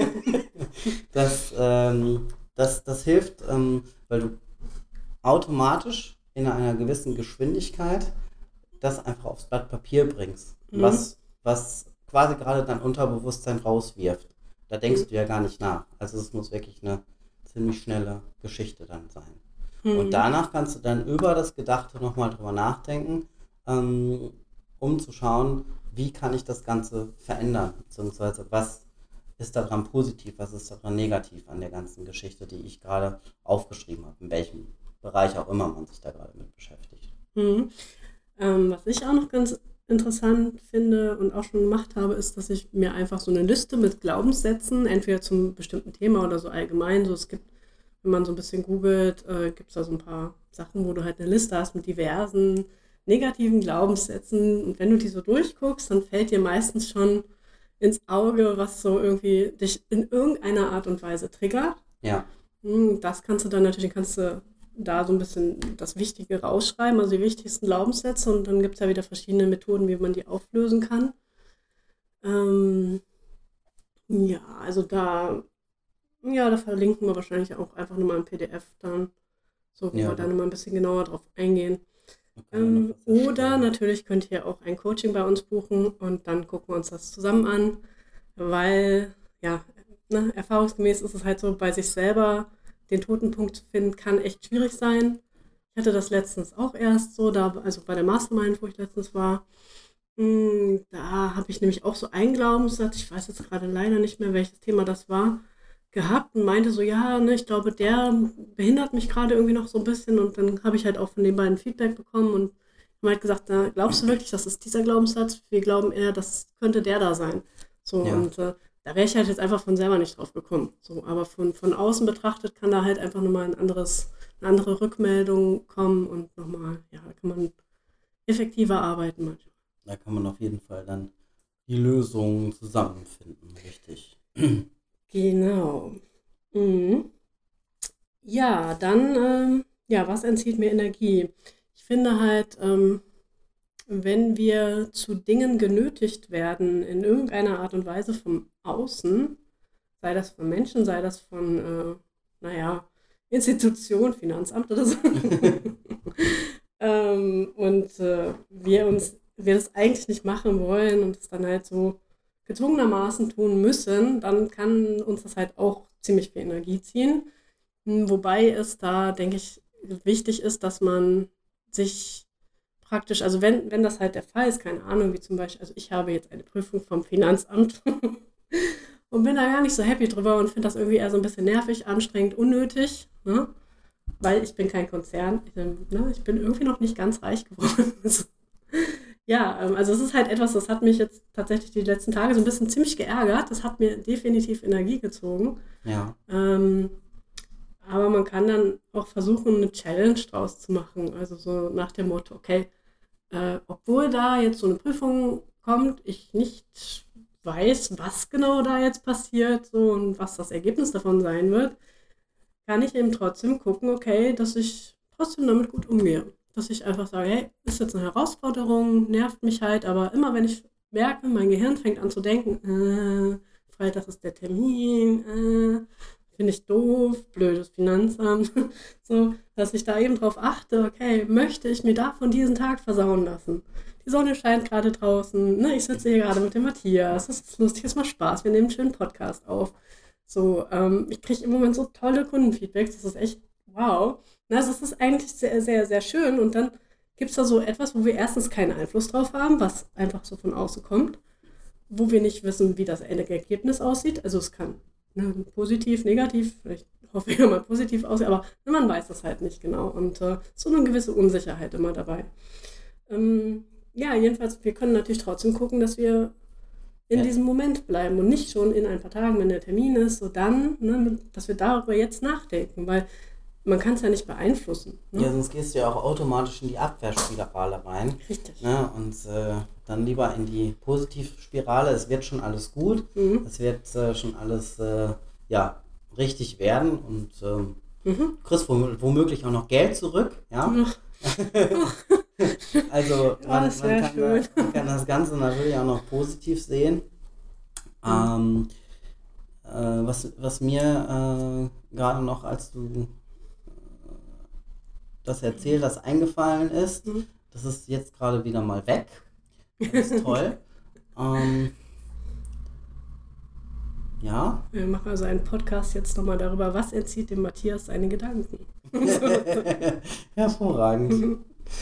das, ähm, das, das hilft, ähm, weil du automatisch in einer gewissen Geschwindigkeit das einfach aufs Blatt Papier bringst, Mhm. was, was quasi gerade dein Unterbewusstsein rauswirft. Da denkst Mhm. du ja gar nicht nach. Also es muss wirklich eine ziemlich schnelle Geschichte dann sein. Mhm. Und danach kannst du dann über das Gedachte nochmal drüber nachdenken, ähm, um zu schauen, wie kann ich das Ganze verändern, beziehungsweise was ist daran positiv, was ist daran negativ an der ganzen Geschichte, die ich gerade aufgeschrieben habe, in welchem Bereich auch immer man sich da gerade mit beschäftigt. Mhm. Ähm, was ich auch noch ganz interessant finde und auch schon gemacht habe, ist, dass ich mir einfach so eine Liste mit Glaubenssätzen, entweder zum bestimmten Thema oder so allgemein, so es gibt, wenn man so ein bisschen googelt, äh, gibt es da so ein paar Sachen, wo du halt eine Liste hast mit diversen negativen Glaubenssätzen und wenn du die so durchguckst, dann fällt dir meistens schon ins Auge, was so irgendwie dich in irgendeiner Art und Weise triggert. Ja, Hm, Das kannst du dann natürlich, kannst du da so ein bisschen das Wichtige rausschreiben, also die wichtigsten Glaubenssätze und dann gibt es ja wieder verschiedene Methoden, wie man die auflösen kann. Ähm, ja, also da, ja, da verlinken wir wahrscheinlich auch einfach nochmal ein P D F dann, so wo Ja, wir da aber- nochmal ein bisschen genauer drauf eingehen. man kann ja noch Ähm, was oder erstellen. natürlich könnt ihr auch ein Coaching bei uns buchen und dann gucken wir uns das zusammen an, weil, ja, ne, erfahrungsgemäß ist es halt so, bei sich selber den Totenpunkt zu finden, kann echt schwierig sein. Ich hatte das letztens auch erst so, da, also bei der Mastermind, wo ich letztens war, mh, da habe ich nämlich auch so einen Glaubenssatz, ich weiß jetzt gerade leider nicht mehr, welches Thema das war, gehabt und meinte so, ja, ne, ich glaube, der behindert mich gerade irgendwie noch so ein bisschen und dann habe ich halt auch von den beiden Feedback bekommen und haben halt gesagt, na, glaubst du wirklich, das ist dieser Glaubenssatz? Wir glauben eher, das könnte der da sein. So, Ja. und äh, da wäre ich halt jetzt einfach von selber nicht drauf gekommen. So, aber von, von außen betrachtet kann da halt einfach nochmal ein anderes, eine andere Rückmeldung kommen und nochmal, ja, da kann man effektiver arbeiten manchmal. Da kann man auf jeden Fall dann die Lösungen zusammenfinden, richtig. Genau. Mhm. Ja, dann, ähm, ja, was entzieht mir Energie? Ich finde halt, ähm, wenn wir zu Dingen genötigt werden, in irgendeiner Art und Weise vom Außen, sei das von Menschen, sei das von, äh, naja, Institution, Finanzamt oder so, ähm, und äh, wir uns, wir das eigentlich nicht machen wollen und es dann halt so gezwungenermaßen tun müssen, dann kann uns das halt auch ziemlich viel Energie ziehen. Hm, Wobei es da, denke ich, wichtig ist, dass man sich praktisch, also wenn, wenn das halt der Fall ist, keine Ahnung, wie zum Beispiel, also ich habe jetzt eine Prüfung vom Finanzamt und bin da gar nicht so happy drüber und finde das irgendwie eher so ein bisschen nervig, anstrengend, unnötig, ne? Weil ich bin kein Konzern, ich, ähm, ne? Ich bin irgendwie noch nicht ganz reich geworden. Ja, ähm, also es ist halt etwas, das hat mich jetzt tatsächlich die letzten Tage so ein bisschen ziemlich geärgert. Das hat mir definitiv Energie gezogen. Ja, Ähm, aber man kann dann auch versuchen, eine Challenge draus zu machen. Also so nach dem Motto, okay, äh, obwohl da jetzt so eine Prüfung kommt, ich nicht weiß, was genau da jetzt passiert so und was das Ergebnis davon sein wird, kann ich eben trotzdem gucken, okay, dass ich trotzdem damit gut umgehe. Dass ich einfach sage, hey, ist jetzt eine Herausforderung, nervt mich halt, aber immer wenn ich merke, mein Gehirn fängt an zu denken, äh, Freitag ist der Termin, äh, finde ich doof, blödes Finanzamt. So, dass ich da eben drauf achte, okay, möchte ich mir davon diesen Tag versauen lassen? Die Sonne scheint gerade draußen, ne? Ich sitze hier gerade mit dem Matthias, das ist lustig, es macht Spaß, wir nehmen einen schönen Podcast auf. So, ähm, ich kriege im Moment so tolle Kundenfeedbacks, das ist echt wow. Na, also es ist eigentlich sehr, sehr, sehr schön und dann gibt es da so etwas, wo wir erstens keinen Einfluss drauf haben, was einfach so von außen kommt, wo wir nicht wissen, wie das Endergebnis aussieht. Also es kann ne, positiv, negativ, vielleicht hoffe ich mal positiv aussehen, aber man weiß das halt nicht genau und äh, so eine gewisse Unsicherheit immer dabei. Ähm, ja, jedenfalls, wir können natürlich trotzdem gucken, dass wir in Ja. diesem Moment bleiben und nicht schon in ein paar Tagen, wenn der Termin ist, so dann, ne, dass wir darüber jetzt nachdenken, weil man kann es ja nicht beeinflussen. Ne? Ja, sonst gehst du ja auch automatisch in die Abwehrspirale rein. Richtig. Ne? Und äh, dann lieber in die Positivspirale. Es wird schon alles gut. Mhm. Es wird äh, schon alles äh, ja, richtig werden. Und ähm, Mhm. du kriegst wom- womöglich auch noch Geld zurück. Ja? Also Ja, man, das man, wär kann, schön. da- man kann das Ganze natürlich auch noch positiv sehen. Ähm, äh, was, was mir äh, gerade noch, als du das erzählt hast, eingefallen ist, Mhm. das ist jetzt gerade wieder mal weg. Das ist toll. ähm, ja. Wir machen also einen Podcast jetzt nochmal darüber, was entzieht dem Matthias seine Gedanken. Hervorragend.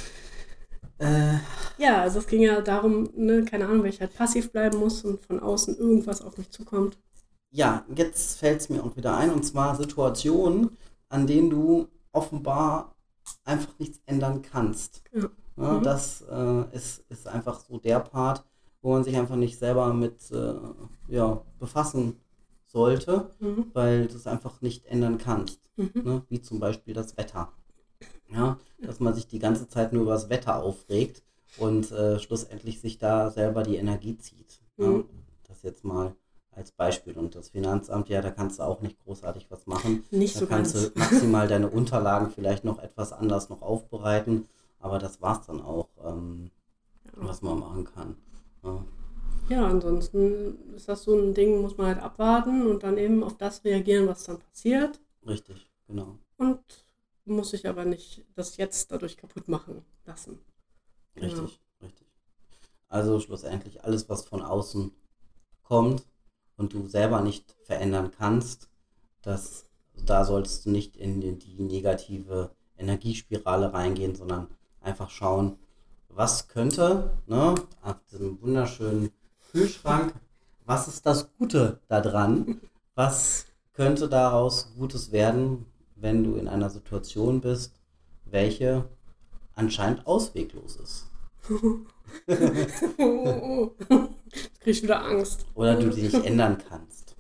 äh, Ja, also es ging ja darum, ne, keine Ahnung, weil ich halt passiv bleiben muss und von außen irgendwas auf mich zukommt. ja, jetzt fällt es mir auch wieder ein, und zwar Situationen, an denen du offenbar einfach nichts ändern kannst. Ja. Ja, Mhm. Das äh, ist, ist einfach so der Part, wo man sich einfach nicht selber mit äh, ja, befassen sollte, Mhm. weil du es einfach nicht ändern kannst. Mhm. Ne? Wie zum Beispiel das Wetter. Ja, dass man sich die ganze Zeit nur über das Wetter aufregt und äh, schlussendlich sich da selber die Energie zieht. Ja? Mhm. Das jetzt mal als Beispiel. Und das Finanzamt, ja, da kannst du auch nicht großartig was machen. Nicht Da so kannst ganz. du maximal deine Unterlagen vielleicht noch etwas anders noch aufbereiten, aber das war's dann auch, ähm, Ja. was man machen kann. Ja, Ja, ansonsten ist das so ein Ding, muss man halt abwarten und dann eben auf das reagieren, was dann passiert. richtig, genau. Und muss sich aber nicht das jetzt dadurch kaputt machen lassen. Richtig, richtig. Also schlussendlich alles, was von außen kommt und du selber nicht verändern kannst, das, da solltest du nicht in die, die negative Energiespirale reingehen, sondern einfach schauen, was könnte, ne, auf diesem wunderschönen Kühlschrank, was ist das Gute daran? Was könnte daraus Gutes werden, wenn du in einer Situation bist, welche anscheinend ausweglos ist? Oh, oh, oh. Jetzt krieg ich wieder Angst. Oder du die nicht ändern kannst.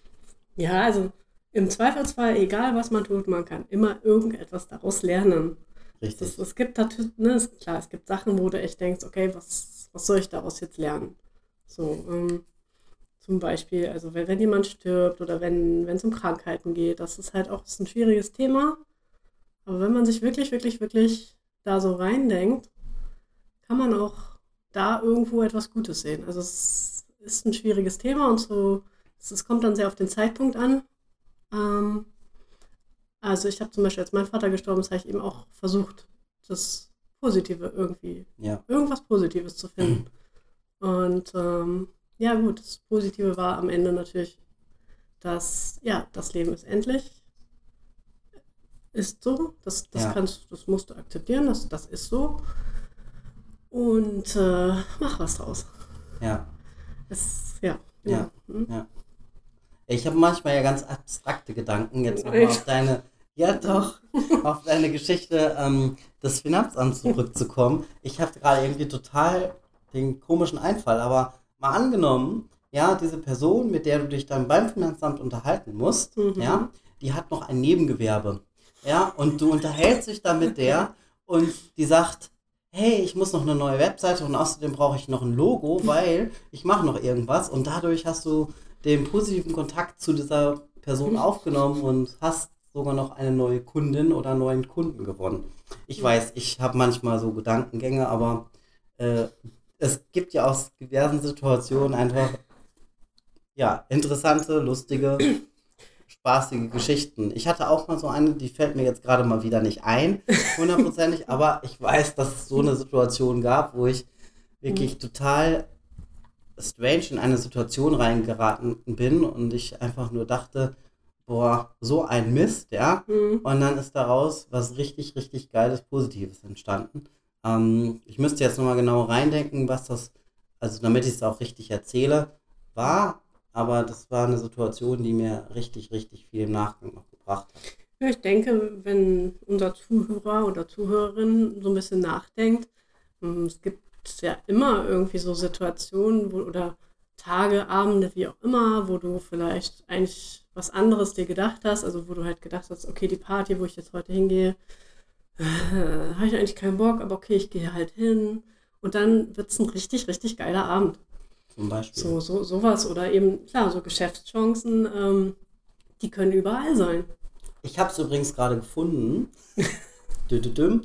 Ja, also im Zweifelsfall, egal was man tut, man kann immer irgendetwas daraus lernen. Es, Richtig. es gibt natürlich, ne, ist klar, es gibt Sachen, wo du echt denkst, okay, was, was soll ich daraus jetzt lernen? So, ähm, zum Beispiel, also wenn, wenn jemand stirbt oder wenn wenn es um Krankheiten geht, das ist halt auch ist ein schwieriges Thema. Aber wenn man sich wirklich, wirklich, wirklich da so reindenkt, kann man auch da irgendwo etwas Gutes sehen. Also es ist ein schwieriges Thema und so, es, es kommt dann sehr auf den Zeitpunkt an. Ähm, also ich habe zum Beispiel, als mein Vater gestorben ist, habe ich eben auch versucht, das Positive irgendwie, Ja. irgendwas Positives zu finden. Und ähm, ja gut, das Positive war am Ende natürlich, dass, ja, das Leben ist endlich, ist so, das, das Ja. kannst, das musst du akzeptieren, das, das ist so. Und äh, mach was draus. Ja. Es, ja, Ja. Hm? Ja. Ich habe manchmal ja ganz abstrakte Gedanken, jetzt nochmal Echt? auf deine, ja doch, auf deine Geschichte ähm, des Finanzamts zurückzukommen. Ich habe gerade irgendwie total den komischen Einfall, aber mal angenommen, ja, diese Person, mit der du dich dann beim Finanzamt unterhalten musst, Mhm. ja, die hat noch ein Nebengewerbe, ja, und du unterhältst dich dann mit der und die sagt, hey, ich muss noch eine neue Webseite und außerdem brauche ich noch ein Logo, weil ich mache noch irgendwas, und dadurch hast du den positiven Kontakt zu dieser Person aufgenommen und hast sogar noch eine neue Kundin oder einen neuen Kunden gewonnen. Ich weiß, ich habe manchmal so Gedankengänge, aber äh, es gibt ja aus diversen Situationen einfach Ja, interessante, lustige, spaßige Geschichten. Ich hatte auch mal so eine, die fällt mir jetzt gerade mal wieder nicht ein, hundertprozentig, aber ich weiß, dass es so eine Situation gab, wo ich wirklich total strange in eine Situation reingeraten bin und ich einfach nur dachte, boah, so ein Mist, ja. Mhm. Und dann ist daraus was richtig, richtig Geiles, Positives entstanden. Ähm, ich müsste jetzt nochmal genau reindenken, was das, also damit ich es auch richtig erzähle, war, aber das war eine Situation, die mir richtig, richtig viel im Nachgang noch gebracht hat. Ja, ich denke, wenn unser Zuhörer oder Zuhörerin so ein bisschen nachdenkt, ähm, es gibt ja immer irgendwie so Situationen wo, oder Tage, Abende, wie auch immer, wo du vielleicht eigentlich was anderes dir gedacht hast, also wo du halt gedacht hast, okay, die Party, wo ich jetzt heute hingehe, äh, habe ich eigentlich keinen Bock, aber okay, ich gehe halt hin und dann wird es ein richtig, richtig geiler Abend. Zum Beispiel. So, so, sowas oder eben, klar, so Geschäftschancen, ähm, die können überall sein. Ich habe es übrigens gerade gefunden. Dü -dü -düm.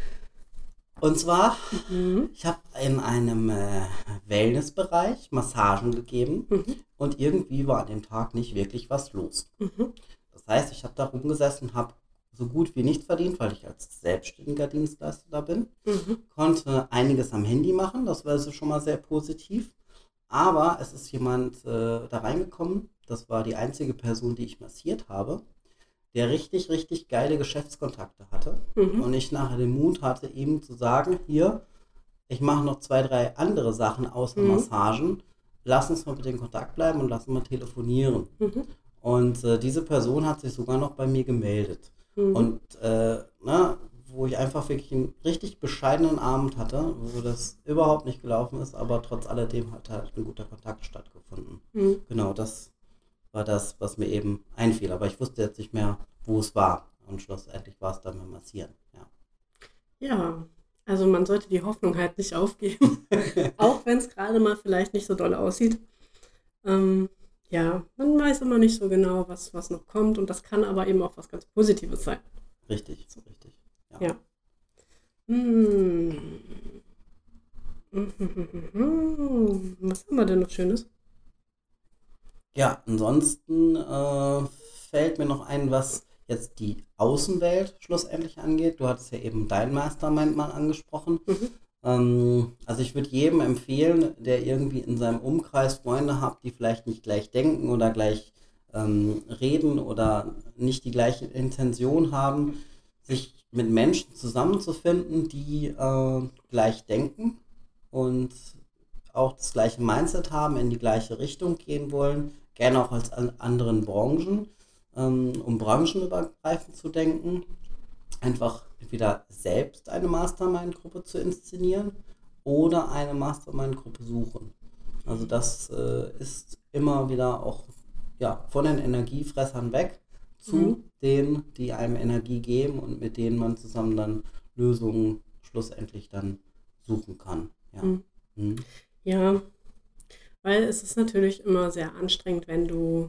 Und zwar, Mhm. ich habe in einem äh, Wellnessbereich Massagen gegeben Mhm. und irgendwie war an dem Tag nicht wirklich was los. Mhm. Das heißt, ich habe da rumgesessen, habe so gut wie nichts verdient, weil ich als selbstständiger Dienstleister da bin. Mhm. Konnte einiges am Handy machen, das war also schon mal sehr positiv. Aber es ist jemand äh, da reingekommen, das war die einzige Person, die ich massiert habe, der richtig, richtig geile Geschäftskontakte hatte. Mhm. Und ich nachher den Mut hatte, ihm zu sagen, hier, ich mache noch zwei, drei andere Sachen außer Mhm. Massagen, lass uns mal bitte in Kontakt bleiben und lass uns mal telefonieren. Mhm. Und äh, diese Person hat sich sogar noch bei mir gemeldet. Mhm. Und äh, na, wo ich einfach wirklich einen richtig bescheidenen Abend hatte, wo das überhaupt nicht gelaufen ist, aber trotz alledem hat halt ein guter Kontakt stattgefunden. Mhm. Genau, das war das, was mir eben einfiel. Aber ich wusste jetzt nicht mehr, wo es war. Und schlussendlich war es dann beim Massieren. Ja. Ja, also man sollte die Hoffnung halt nicht aufgeben, auch wenn es gerade mal vielleicht nicht so doll aussieht. Ähm, ja, man weiß immer nicht so genau, was, was noch kommt und das kann aber eben auch was ganz Positives sein. Richtig, richtig. Ja. Ja. Hm. Was haben wir denn noch Schönes? Ja, ansonsten äh, fällt mir noch ein, was jetzt die Außenwelt schlussendlich angeht. Du hattest ja eben dein Mastermind mal angesprochen. Mhm. Ähm, also ich würde jedem empfehlen, der irgendwie in seinem Umkreis Freunde hat, die vielleicht nicht gleich denken oder gleich ähm, reden oder nicht die gleiche Intention haben, sich mit Menschen zusammenzufinden, die äh, gleich denken und auch das gleiche Mindset haben, in die gleiche Richtung gehen wollen, gerne auch als an anderen Branchen, ähm, um branchenübergreifend zu denken, einfach entweder selbst eine Mastermind-Gruppe zu inszenieren oder eine Mastermind-Gruppe suchen. Also das äh, ist immer wieder auch ja, von den Energiefressern weg zu Mhm. denen, die einem Energie geben und mit denen man zusammen dann Lösungen schlussendlich dann suchen kann. Ja. Mhm. Mhm. Ja, weil es ist natürlich immer sehr anstrengend, wenn du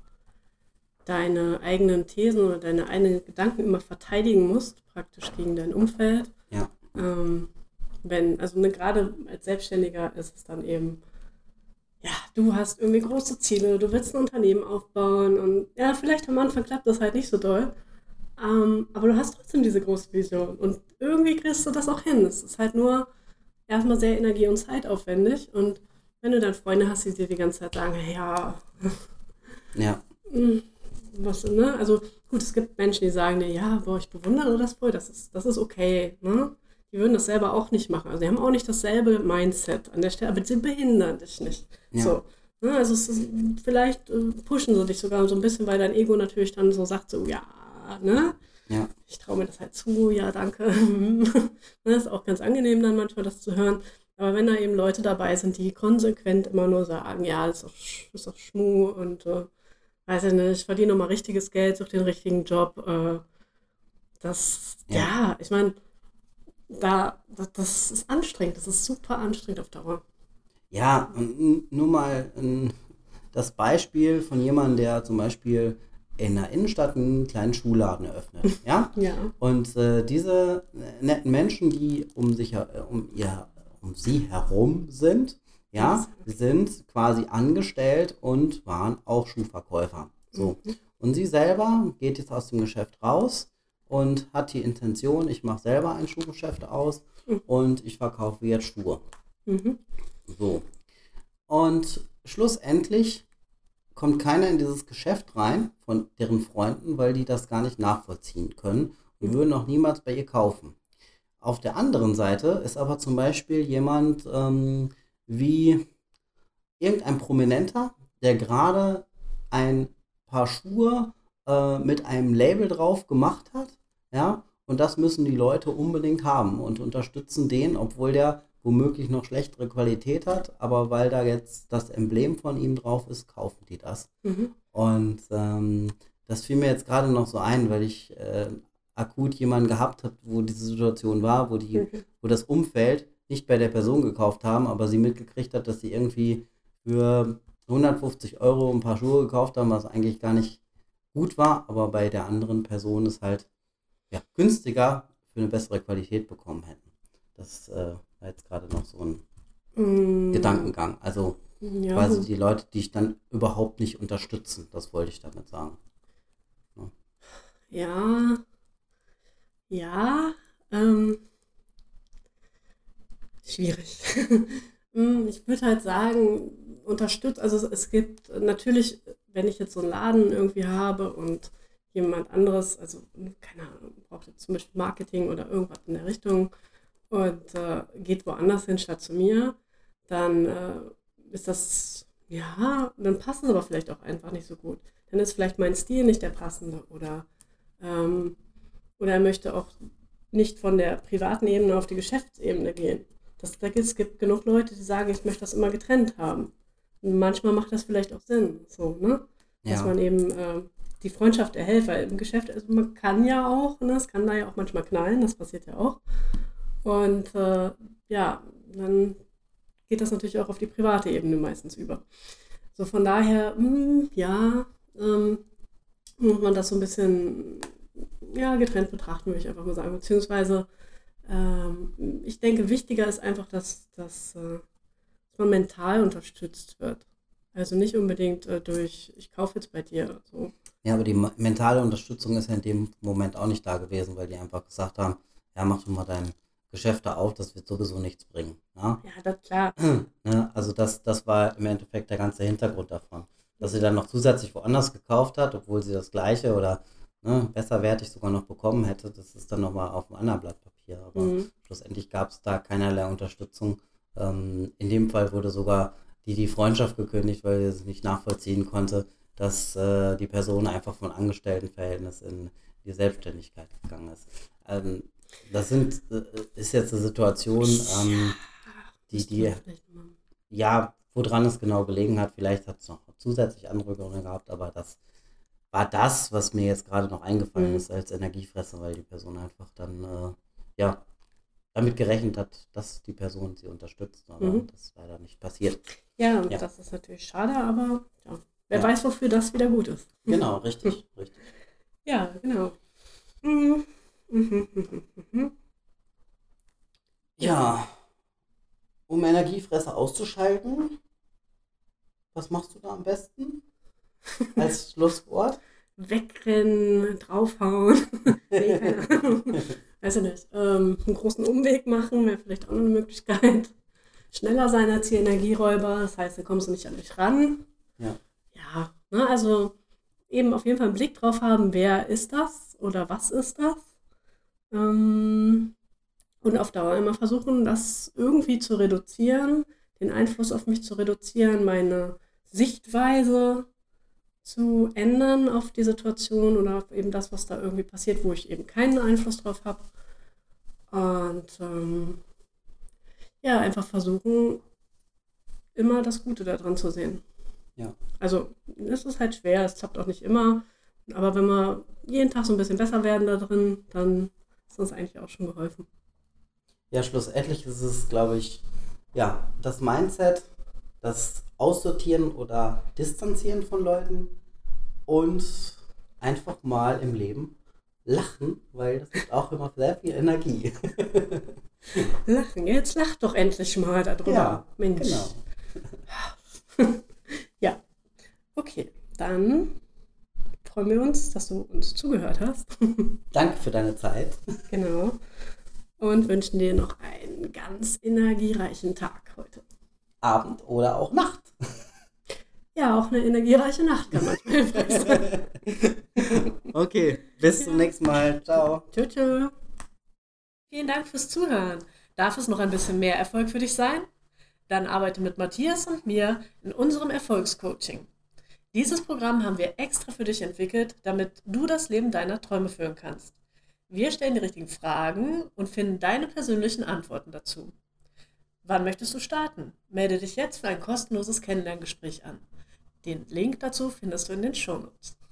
deine eigenen Thesen oder deine eigenen Gedanken immer verteidigen musst, praktisch gegen dein Umfeld. Ja. Ähm, wenn, also ne, gerade als Selbstständiger ist es dann eben, ja, du hast irgendwie große Ziele, du willst ein Unternehmen aufbauen und ja, vielleicht am Anfang klappt das halt nicht so doll, ähm, aber du hast trotzdem diese große Vision und irgendwie kriegst du das auch hin. Es ist halt nur erstmal sehr energie- und zeitaufwendig und wenn du dann Freunde hast, die dir die ganze Zeit sagen, ja, Ja. mm, was, ne? Also gut, es gibt Menschen, die sagen dir, ja, boah, ich bewundere das voll, das ist, das ist okay, ne? Die würden das selber auch nicht machen. Also die haben auch nicht dasselbe Mindset an der Stelle, aber sie behindern dich nicht. Ja. So, ne? Also es ist, vielleicht äh, pushen sie dich sogar so ein bisschen, weil dein Ego natürlich dann so sagt, so, ja, ne? Ja. Ich traue mir das halt zu, ja, danke. Das ist auch ganz angenehm dann manchmal, das zu hören. Aber wenn da eben Leute dabei sind, die konsequent immer nur sagen, ja, das ist doch, Sch- ist doch Schmuh und äh, weiß ich nicht, ich verdiene nochmal richtiges Geld, suche den richtigen Job. Äh, das, Ja. ja, ich meine, da, das, das ist anstrengend, das ist super anstrengend auf Dauer. Ja, und n- nur mal ähm, das Beispiel von jemandem, der zum Beispiel in der Innenstadt einen kleinen Schuhladen eröffnet. Ja? Ja. Und äh, diese netten Menschen, die um sich her- um ihr um sie herum sind, Ja, sind quasi angestellt und waren auch Schuhverkäufer. So. Mhm. Und sie selber geht jetzt aus dem Geschäft raus und hat die Intention, ich mache selber ein Schuhgeschäft aus Mhm. und ich verkaufe jetzt Schuhe. Mhm. So. Und schlussendlich kommt keiner in dieses Geschäft rein von deren Freunden, weil die das gar nicht nachvollziehen können und Mhm. würden auch niemals bei ihr kaufen. Auf der anderen Seite ist aber zum Beispiel jemand ähm, wie irgendein Prominenter, der gerade ein paar Schuhe äh, mit einem Label drauf gemacht hat, ja, und das müssen die Leute unbedingt haben und unterstützen den, obwohl der womöglich noch schlechtere Qualität hat, aber weil da jetzt das Emblem von ihm drauf ist, kaufen die das. Mhm. Und ähm, das fiel mir jetzt gerade noch so ein, weil ich äh, akut jemanden gehabt habe, wo diese Situation war, wo die, Mhm. wo das Umfeld nicht bei der Person gekauft haben, aber sie mitgekriegt hat, dass sie irgendwie für hundertfünfzig Euro ein paar Schuhe gekauft haben, was eigentlich gar nicht gut war, aber bei der anderen Person es halt ja, günstiger für eine bessere Qualität bekommen hätten. Das äh, war jetzt gerade noch so ein Mhm. Gedankengang. Also Ja, quasi gut. die Leute, die ich dann überhaupt nicht unterstützen, das wollte ich damit sagen. Ja, ja, ähm, schwierig. Mm, Ich würde halt sagen, unterstützt, also es, es gibt natürlich, wenn ich jetzt so einen Laden irgendwie habe und jemand anderes, also mm, keine Ahnung, braucht jetzt zum Beispiel Marketing oder irgendwas in der Richtung und äh, geht woanders hin statt zu mir, dann äh, ist das, ja, dann passt es aber vielleicht auch einfach nicht so gut. Dann ist vielleicht mein Stil nicht der passende oder ähm, oder er möchte auch nicht von der privaten Ebene auf die Geschäftsebene gehen. Das, da gibt, es gibt genug Leute, die sagen, ich möchte das immer getrennt haben. Und manchmal macht das vielleicht auch Sinn, so, ne? Dass Ja, man eben äh, die Freundschaft erhält, weil im Geschäft, also man kann ja auch, ne? Es kann da ja auch manchmal knallen, das passiert ja auch. Und äh, ja, dann geht das natürlich auch auf die private Ebene meistens über. So von daher, mh, ja, ähm, muss man das so ein bisschen ja, getrennt betrachten, würde ich einfach mal sagen. Beziehungsweise, ähm, ich denke, wichtiger ist einfach, dass, dass, äh, dass man mental unterstützt wird. Also nicht unbedingt äh, durch, ich kaufe jetzt bei dir. So. ja, aber die ma- mentale Unterstützung ist ja in dem Moment auch nicht da gewesen, weil die einfach gesagt haben, ja, mach du mal dein Geschäft da auf, das wird sowieso nichts bringen. Ja? Ja, das klar. Ne? Also das, das war im Endeffekt der ganze Hintergrund davon. Dass sie dann noch zusätzlich woanders gekauft hat, obwohl sie das gleiche oder ne, besserwertig sogar noch bekommen hätte, das ist dann nochmal auf einem anderen Blatt Papier. Aber Mhm. schlussendlich gab es da keinerlei Unterstützung. Ähm, in dem Fall wurde sogar die, die Freundschaft gekündigt, weil sie es nicht nachvollziehen konnte, dass äh, die Person einfach von Angestelltenverhältnis in die Selbstständigkeit gegangen ist. Ähm, das sind, äh, ist jetzt eine Situation, ähm, die, Müsste man die, vielleicht mal. ja, woran es genau gelegen hat, vielleicht hat es noch zusätzlich andere Gründe gehabt, aber das war das, was mir jetzt gerade noch eingefallen Mhm. ist als Energiefresser, weil die Person einfach dann, äh, ja, damit gerechnet hat, dass die Person sie unterstützt, aber Mhm. das ist leider nicht passiert. Ja, Ja, das ist natürlich schade, aber ja, wer ja, weiß, wofür das wieder gut ist. genau, richtig, richtig. Ja, genau. Mhm. Mhm. Mhm. Mhm. Ja. Ja, um Energiefresser auszuschalten, was machst du da am besten als Schlusswort? Wegrennen, draufhauen. Nee, keine Ahnung. Weiß ich nicht. Ähm, einen großen Umweg machen wäre vielleicht auch noch eine Möglichkeit. Schneller sein als die Energieräuber, das heißt, da kommst du nicht an dich ran. Ja, Ja, ne, also eben auf jeden Fall einen Blick drauf haben, wer ist das oder was ist das? Ähm, und auf Dauer immer versuchen, das irgendwie zu reduzieren, den Einfluss auf mich zu reduzieren, meine Sichtweise zu ändern auf die Situation oder auf eben das, was da irgendwie passiert, wo ich eben keinen Einfluss drauf habe. Und ähm, ja, einfach versuchen, immer das Gute daran zu sehen. ja. Also, es ist halt schwer, es klappt auch nicht immer. Aber wenn wir jeden Tag so ein bisschen besser werden da drin, dann ist uns eigentlich auch schon geholfen. Ja, schlussendlich ist es, glaube ich, ja, das Mindset, das Aussortieren oder Distanzieren von Leuten und einfach mal im Leben lachen, weil das gibt auch immer sehr viel Energie. Lachen, jetzt lach doch endlich mal darüber. Ja, Mensch. genau. dann freuen wir uns, dass du uns zugehört hast. Danke für deine Zeit. Genau. Und wünschen dir noch einen ganz energiereichen Tag heute. Abend oder auch Nacht. Ja, auch eine energiereiche Nacht kann manchmal hilfreich sein. Okay, bis zum nächsten Mal. Ciao. Tschö, tschö. Vielen Dank fürs Zuhören. Darf es noch ein bisschen mehr Erfolg für dich sein? Dann arbeite mit Matthias und mir in unserem Erfolgscoaching. Dieses Programm haben wir extra für dich entwickelt, damit du das Leben deiner Träume führen kannst. Wir stellen die richtigen Fragen und finden deine persönlichen Antworten dazu. Wann möchtest du starten? Melde dich jetzt für ein kostenloses Kennenlerngespräch an. Den Link dazu findest du in den Shownotes.